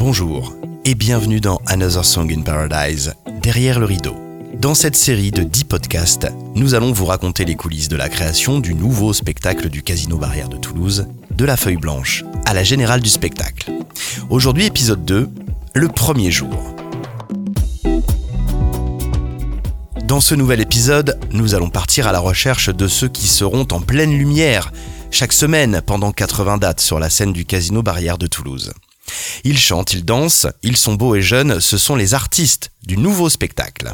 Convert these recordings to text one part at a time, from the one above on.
Bonjour et bienvenue dans Another Song in Paradise, derrière le rideau. Dans cette série de 10 podcasts, nous allons vous raconter les coulisses de la création du nouveau spectacle du Casino Barrière de Toulouse, de la feuille blanche à la générale du spectacle. Aujourd'hui, épisode 2, le premier jour. Dans ce nouvel épisode, nous allons partir à la recherche de ceux qui seront en pleine lumière chaque semaine pendant 80 dates sur la scène du Casino Barrière de Toulouse. Ils chantent, ils dansent, ils sont beaux et jeunes, ce sont les artistes du nouveau spectacle.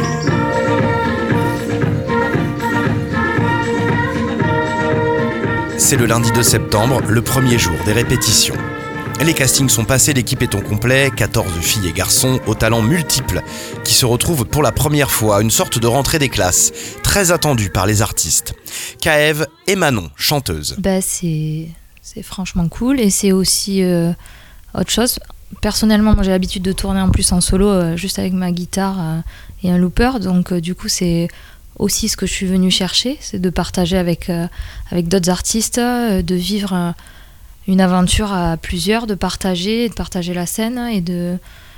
C'est le lundi 2 septembre, le premier jour des répétitions. Les castings sont passés, l'équipe est au complet, 14 filles et garçons aux talents multiples qui se retrouvent pour la première fois, une sorte de rentrée des classes, très attendue par les artistes. Kaev et Manon, chanteuses. C'est franchement cool et c'est aussi autre chose. Personnellement, moi j'ai l'habitude de tourner en plus en solo, juste avec ma guitare et un looper, donc du coup c'est aussi ce que je suis venue chercher, c'est de partager avec d'autres artistes, de vivre une aventure à plusieurs, de partager la scène et de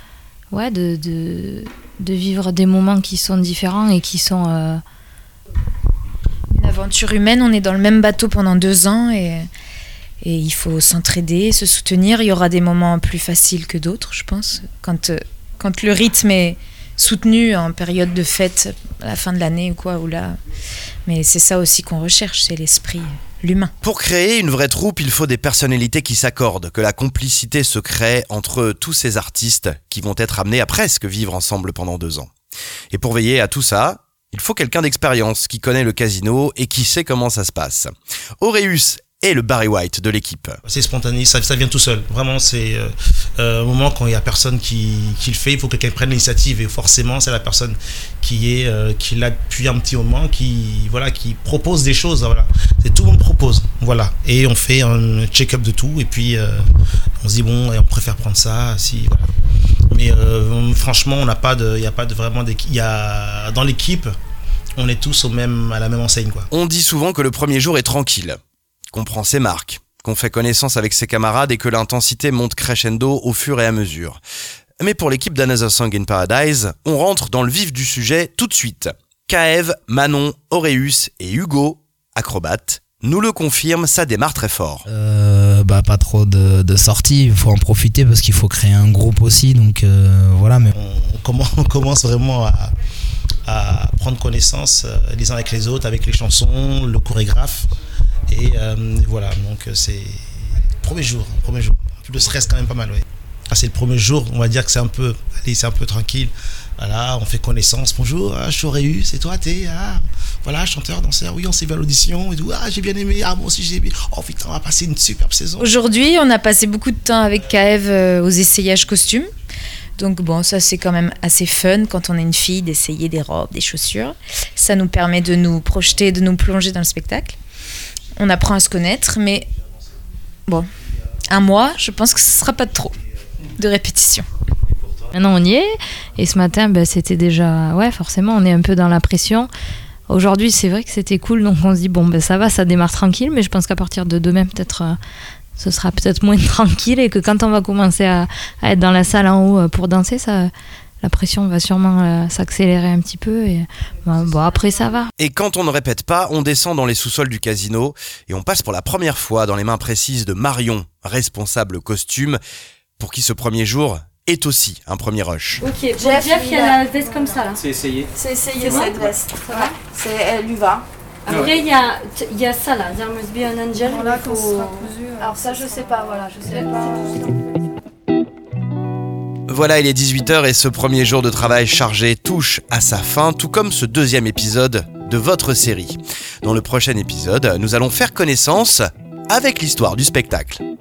vivre des moments qui sont différents et qui sont une aventure humaine. On est dans le même bateau pendant 2 ans et il faut s'entraider, se soutenir. Il y aura des moments plus faciles que d'autres, je pense, quand le rythme est soutenu en période de fête à la fin de l'année ou quoi, ou là. Mais c'est ça aussi qu'on recherche, c'est l'esprit, l'humain. Pour créer une vraie troupe, il faut des personnalités qui s'accordent, que la complicité se crée entre tous ces artistes qui vont être amenés à presque vivre ensemble pendant 2 ans. Et pour veiller à tout ça, il faut quelqu'un d'expérience qui connaît le casino et qui sait comment ça se passe. Auréus est le Barry White de l'équipe. C'est spontané, ça vient tout seul. Vraiment, c'est un moment quand il n'y a personne qui le fait, il faut que quelqu'un prenne l'initiative. Et forcément, c'est la personne qui l'a depuis un petit moment, qui propose des choses. Voilà. C'est tout le monde propose. Voilà. Et on fait un check-up de tout. Et puis, on se dit, bon, on préfère prendre ça. Si, voilà. Mais franchement, il n'y a pas de vraiment d'équipe. Dans l'équipe, on est tous à la même enseigne, quoi. On dit souvent que le premier jour est tranquille, qu'on prend ses marques, qu'on fait connaissance avec ses camarades et que l'intensité monte crescendo au fur et à mesure. Mais pour l'équipe d'Another Song in Paradise, on rentre dans le vif du sujet tout de suite. Kaev, Manon, Auréus et Hugo, acrobates, nous le confirment, ça démarre très fort. Pas trop de sorties, il faut en profiter parce qu'il faut créer un groupe aussi, donc voilà. Mais on commence vraiment à prendre connaissance les uns avec les autres, avec les chansons, le chorégraphe. Et voilà, donc c'est premier jour. Le stress quand même pas mal, ouais. C'est le premier jour, on va dire que c'est un peu tranquille. Voilà, on fait connaissance. Bonjour, je suis Auréus, et toi t'es chanteur, danseur. Oui, on s'est vu à l'audition et tout. J'ai bien aimé. Moi aussi j'ai aimé. Oh putain, on va passer une superbe saison. Aujourd'hui, on a passé beaucoup de temps avec Kaev aux essayages costumes. Donc bon, ça c'est quand même assez fun quand on est une fille d'essayer des robes, des chaussures. Ça nous permet de nous projeter, de nous plonger dans le spectacle. On apprend à se connaître, mais bon, 1 mois, je pense que ce ne sera pas trop de répétition. Maintenant on y est, et ce matin c'était déjà, forcément on est un peu dans la pression. Aujourd'hui c'est vrai que c'était cool, donc on se dit ça va, ça démarre tranquille, mais je pense qu'à partir de demain peut-être ce sera peut-être moins tranquille, et que quand on va commencer à être dans la salle en haut pour danser, la pression va sûrement s'accélérer un petit peu, et après ça va. Et quand on ne répète pas, on descend dans les sous-sols du casino et on passe pour la première fois dans les mains précises de Marion, responsable costume, pour qui ce premier jour est aussi un premier rush. Ok, Jeff, il y a la veste comme ça là. C'est essayé Cette veste. Ça va. Elle lui va. Après il y a ça là, There Must Be an Angel. Voilà, quand ce sera cousu. Alors ça je sais pas, je sais pas. Voilà, il est 18h et ce premier jour de travail chargé touche à sa fin, tout comme ce deuxième épisode de votre série. Dans le prochain épisode, nous allons faire connaissance avec l'histoire du spectacle.